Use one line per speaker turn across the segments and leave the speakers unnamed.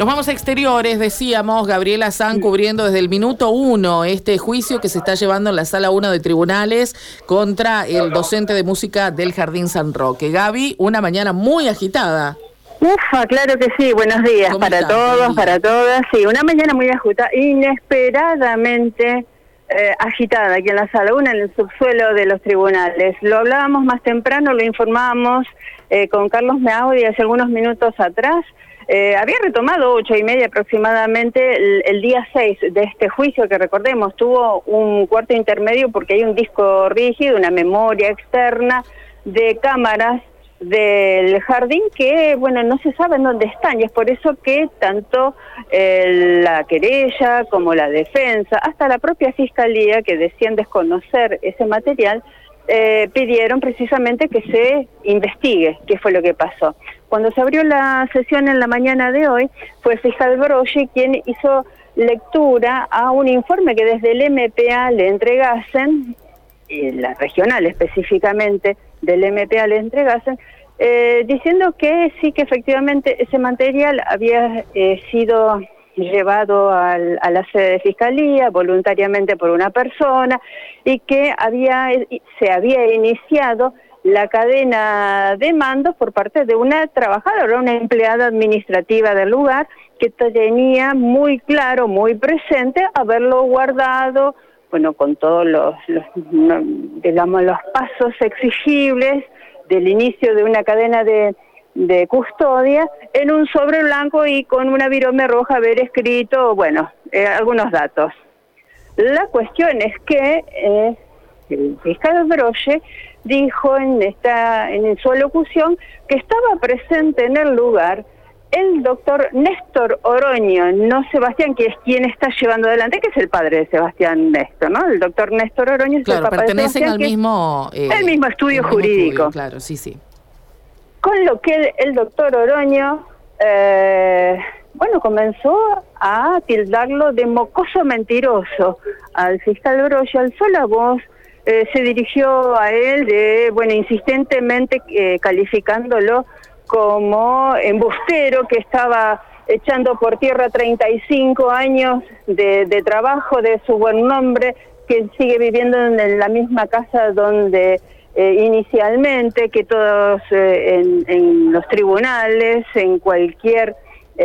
Nos vamos a exteriores, decíamos, Gabriela San cubriendo desde el minuto 1 este juicio que se está llevando en la Sala 1 de Tribunales contra el docente de música del Jardín San Roque. Gaby, una mañana muy agitada.
Ufa, claro que sí, buenos días para todos, para todas. Sí, una mañana muy agitada, inesperadamente agitada aquí en la Sala 1, en el subsuelo de los tribunales. Lo hablábamos más temprano, lo informábamos con Carlos Meaudi hace algunos minutos atrás. Había retomado 8:30 aproximadamente el día 6 de este juicio, que recordemos tuvo un cuarto intermedio porque hay un disco rígido, una memoria externa de cámaras del jardín que, bueno, no se sabe en dónde están, y es por eso que tanto la querella como la defensa, hasta la propia fiscalía, que decían desconocer ese material, pidieron precisamente que se investigue qué fue lo que pasó. Cuando se abrió la sesión en la mañana de hoy, fue el fiscal Broggi quien hizo lectura a un informe que desde el MPA le entregasen, la regional específicamente del MPA le entregasen, diciendo que sí, que efectivamente ese material había sido llevado a la sede de fiscalía voluntariamente por una persona y que se había iniciado la cadena de mando por parte de una trabajadora, una empleada administrativa del lugar, que tenía muy claro, muy presente haberlo guardado, bueno, con todos los pasos exigibles del inicio de una cadena de custodia, en un sobre blanco y con una virome roja haber escrito, bueno, algunos datos. La cuestión es que el fiscal Broggi dijo en su alocución que estaba presente en el lugar el doctor Néstor Oroño, no Sebastián, que es quien está llevando adelante, que es el padre de Sebastián Néstor, ¿no? El doctor Néstor Oroño es
claro,
el papá de Sebastián,
al mismo...
el mismo estudio jurídico.
Claro, sí, sí.
Con lo que el doctor Oroño, bueno, comenzó a tildarlo de mocoso mentiroso al fiscal Broggi, alzó la voz, se dirigió a él, insistentemente calificándolo como embustero, que estaba echando por tierra 35 años de trabajo, de su buen nombre, que sigue viviendo en la misma casa donde inicialmente, que todos en los tribunales, en cualquier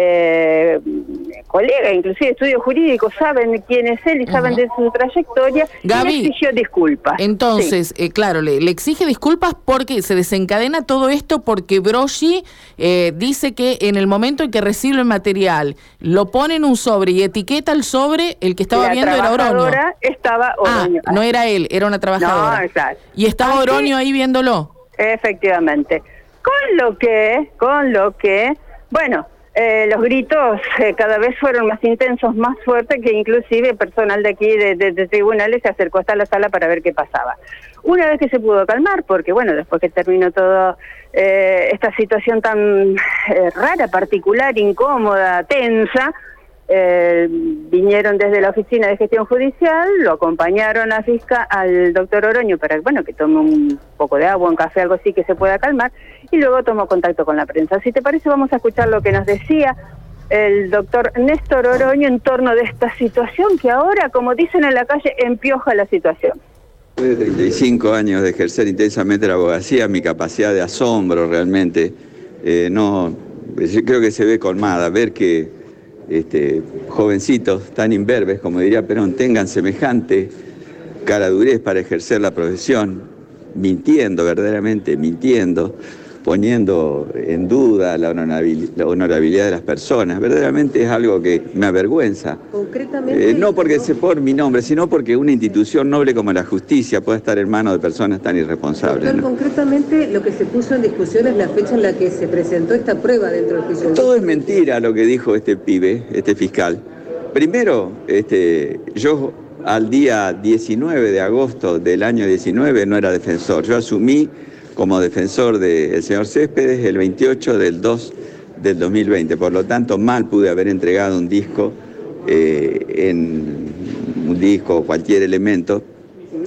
colega, inclusive estudios jurídicos, saben quién es él y saben de su trayectoria.
Gaby,
y le exigió disculpas.
Entonces, sí. Claro, le exige disculpas porque se desencadena todo esto porque Broggi dice que en el momento en que recibe el material, lo pone en un sobre y etiqueta el sobre, el que estaba viendo era Oroño.
Estaba Oroño.
No era él, era una trabajadora.
No, claro.
Y estaba Oroño ahí viéndolo.
Efectivamente. Con lo que, bueno, los gritos cada vez fueron más intensos, más fuertes, que inclusive personal de aquí de tribunales se acercó hasta la sala para ver qué pasaba. Una vez que se pudo calmar, porque bueno, después que terminó toda esta situación tan rara, particular, incómoda, tensa, vinieron desde la Oficina de Gestión Judicial, lo acompañaron al doctor Oroño para que tome un poco de agua, un café, algo así, que se pueda calmar, y luego tomó contacto con la prensa. Si te parece, vamos a escuchar lo que nos decía el doctor Néstor Oroño en torno de esta situación que ahora, como dicen en la calle, empioja la situación.
Después de 35 años de ejercer intensamente la abogacía, mi capacidad de asombro realmente, yo creo que se ve colmada, ver que jovencitos tan imberbes, como diría Perón, tengan semejante caradurez para ejercer la profesión, mintiendo, verdaderamente mintiendo, poniendo en duda la honorabilidad de las personas. Verdaderamente es algo que me avergüenza.
Concretamente,
no porque sea por mi nombre, sino porque una institución noble como la justicia puede estar en manos de personas tan irresponsables.
Doctor, ¿no? Concretamente lo que se puso en discusión es la fecha en la que se presentó esta prueba dentro del juicio.
Todo es mentira lo que dijo este pibe, este fiscal. Primero, yo al día 19 de agosto del año 19 no era defensor. Yo asumí como defensor del señor Céspedes el 28 del 2 del 2020. Por lo tanto, mal pude haber entregado un disco, cualquier elemento,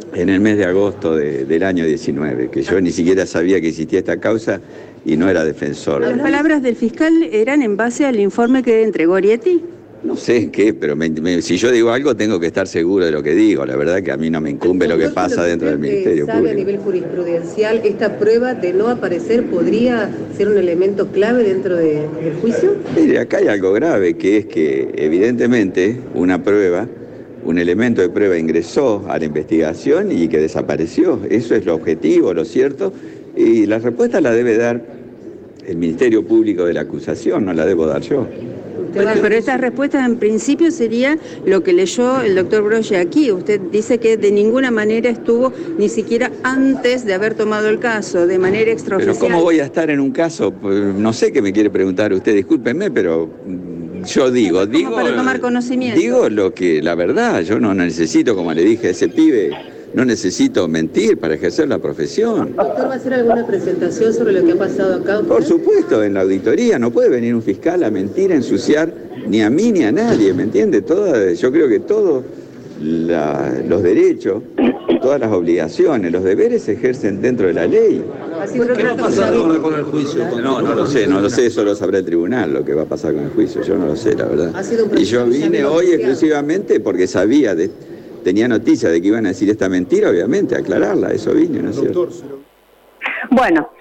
en el mes de agosto del año 19, que yo ni siquiera sabía que existía esta causa y no era defensor.
¿Las palabras del fiscal eran en base al informe que entregó Arietti?
No sé qué, pero si yo digo algo tengo que estar seguro de lo que digo. La verdad que a mí no me incumbe lo que pasa dentro del Ministerio Público.
A nivel jurisprudencial, ¿esta prueba de no aparecer podría ser un elemento clave dentro del juicio?
Mire, acá hay algo grave, que es que evidentemente una prueba, un elemento de prueba ingresó a la investigación y que desapareció. Eso es lo objetivo, lo cierto, y la respuesta la debe dar el Ministerio Público de la acusación, no la debo dar yo.
Pero esta respuesta en principio sería lo que leyó el doctor Broggi aquí. Usted dice que de ninguna manera estuvo ni siquiera antes de haber tomado el caso, de manera extraoficial.
Pero ¿cómo voy a estar en un caso? Pues, no sé qué me quiere preguntar usted, discúlpenme, pero yo digo
para tomar conocimiento.
Digo la verdad, yo no necesito, como le dije a ese pibe, no necesito mentir para ejercer la profesión.
¿Doctor va a hacer alguna presentación sobre lo que ha pasado acá?
Por supuesto, en la auditoría no puede venir un fiscal a mentir, a ensuciar ni a mí ni a nadie, ¿me entiende? Yo creo que todos los derechos, todas las obligaciones, los deberes se ejercen dentro de la ley.
¿Qué va a pasar con el juicio?
No lo sé, eso lo sabrá el tribunal, lo que va a pasar con el juicio, yo no lo sé, la verdad. Y yo vine hoy exclusivamente porque tenía noticia de que iban a decir esta mentira, obviamente, a aclararla, eso vine, ¿no es cierto?
Bueno,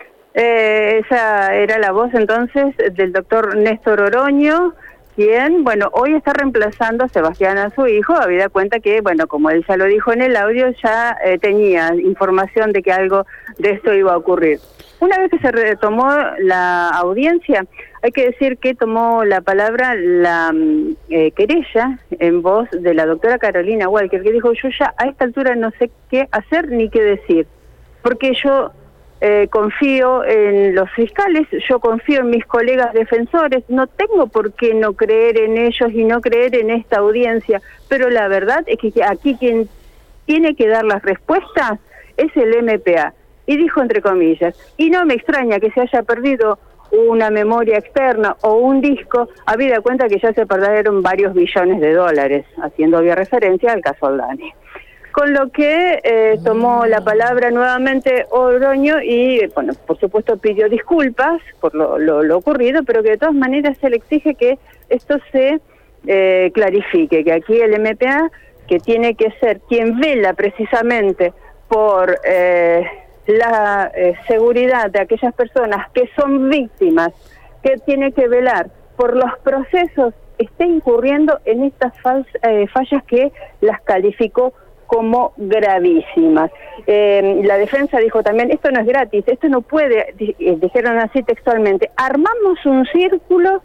esa era la voz entonces del doctor Néstor Oroño, quien, bueno, hoy está reemplazando a Sebastián, a su hijo, habida cuenta que, bueno, como él ya lo dijo en el audio, ya tenía información de que algo de esto iba a ocurrir. Una vez que se retomó la audiencia, hay que decir que tomó la palabra la querella en voz de la doctora Carolina Walker, que dijo: yo ya a esta altura no sé qué hacer ni qué decir, porque yo confío en los fiscales, yo confío en mis colegas defensores, no tengo por qué no creer en ellos y no creer en esta audiencia, pero la verdad es que aquí quien tiene que dar las respuestas es el MPA. Y dijo entre comillas, y no me extraña que se haya perdido una memoria externa o un disco, habida cuenta que ya se perdieron varios billones de dólares, haciendo obvia referencia al caso Aldani. Con lo que tomó la palabra nuevamente Oroño y, bueno, por supuesto pidió disculpas por lo ocurrido, pero que de todas maneras se le exige que esto se clarifique, que aquí el MPA, que tiene que ser quien vela precisamente por la seguridad de aquellas personas que son víctimas, que tiene que velar por los procesos, esté incurriendo en estas fallas que las calificó como gravísimas. La defensa dijo también, esto no es gratis, esto no puede, dijeron así textualmente, armamos un círculo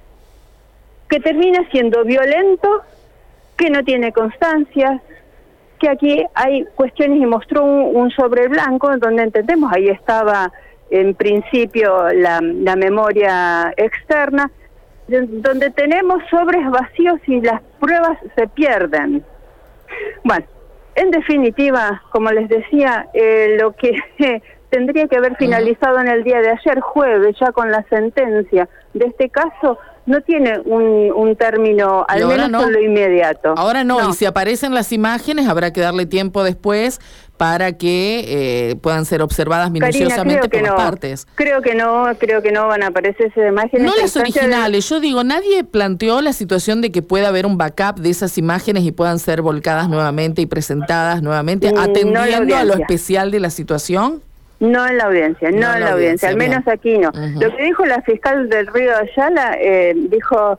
que termina siendo violento, que no tiene constancias, que aquí hay cuestiones, y mostró un sobre blanco donde entendemos, ahí estaba en principio la memoria externa, donde tenemos sobres vacíos y las pruebas se pierden. Bueno, en definitiva, como les decía, lo que tendría que haber finalizado en el día de ayer, jueves, ya con la sentencia de este caso, no tiene un término, al menos no, con lo inmediato.
Ahora no, y si aparecen las imágenes, habrá que darle tiempo después para que puedan ser observadas minuciosamente por las partes.
Creo que no van a aparecer esas imágenes.
No las originales, yo digo, nadie planteó la situación de que pueda haber un backup de esas imágenes y puedan ser volcadas nuevamente y presentadas nuevamente, atendiendo a lo especial de la situación.
No en la audiencia, no en la audiencia, al menos aquí no. Lo que dijo la fiscal del Río Ayala, dijo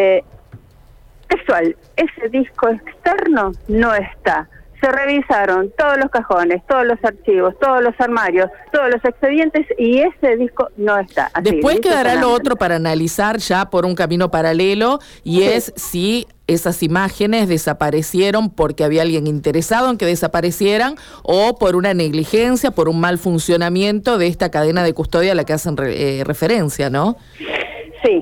textual, ese disco externo no está. Se revisaron todos los cajones, todos los archivos, todos los armarios, todos los expedientes y ese disco no está. Así,
después quedará lo otro para analizar ya por un camino paralelo y es si esas imágenes desaparecieron porque había alguien interesado en que desaparecieran o por una negligencia, por un mal funcionamiento de esta cadena de custodia a la que hacen referencia, ¿no?
Sí.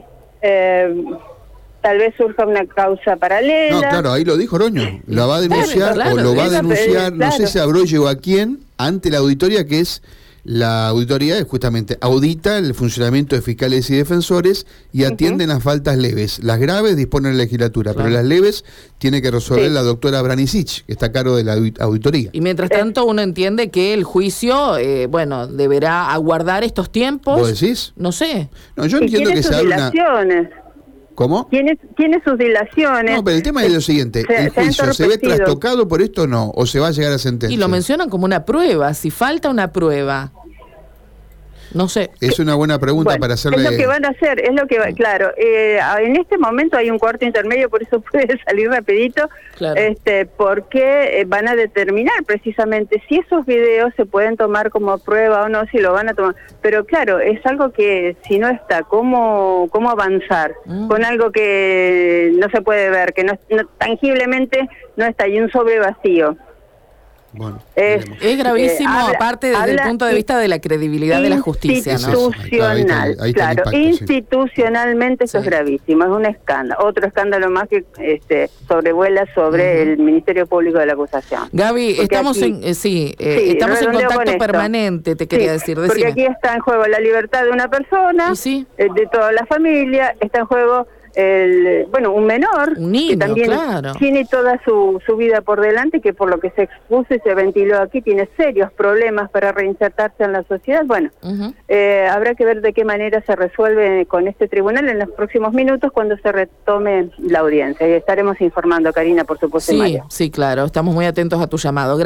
Tal vez surja una causa paralela.
No, claro, ahí lo dijo Oroño. La va a denunciar o lo va a denunciar, no sé si a Broggi o a quién, ante la auditoría, que es La auditoría justamente audita el funcionamiento de fiscales y defensores y atienden las faltas leves. Las graves dispone la legislatura, pero las leves tiene que resolver la doctora Branicic, que está a cargo de la auditoría.
Y mientras tanto uno entiende que el juicio, deberá aguardar estos tiempos.
¿Vos decís?
No sé.
No, yo entiendo que se habla ¿Cómo?
Tiene sus dilaciones.
No, pero el tema es lo siguiente, ¿el juicio se ve trastocado por esto o no? ¿O se va a llegar a sentencia?
Y lo mencionan como una prueba, si falta una prueba. No sé.
Es una buena pregunta para hacerle...
Es lo que van a hacer, claro. En este momento hay un cuarto intermedio, por eso puede salir rapidito,
claro.
Porque van a determinar precisamente si esos videos se pueden tomar como prueba o no, si lo van a tomar. Pero claro, es algo que si no está, ¿cómo avanzar? Con algo que no se puede ver, que no tangiblemente no está, y un sobre vacío.
Bueno,
es gravísimo, aparte desde el punto de vista de la credibilidad de la justicia, ¿no?
Institucional, claro, institucionalmente eso es gravísimo, es un escándalo, otro escándalo más que sobrevuela sobre el Ministerio Público de la Acusación.
Gaby,
porque
estamos estamos en contacto permanente, te quería decir. Decime.
Porque aquí está en juego la libertad de una persona, de toda la familia, está en juego un menor,
un niño,
que también
claro,
tiene toda su vida por delante, que por lo que se expuso y se ventiló aquí tiene serios problemas para reinsertarse en la sociedad. Bueno, habrá que ver de qué manera se resuelve con este tribunal en los próximos minutos cuando se retome la audiencia, y estaremos informando, Karina, por supuesto.
Sí, claro, estamos muy atentos a tu llamado.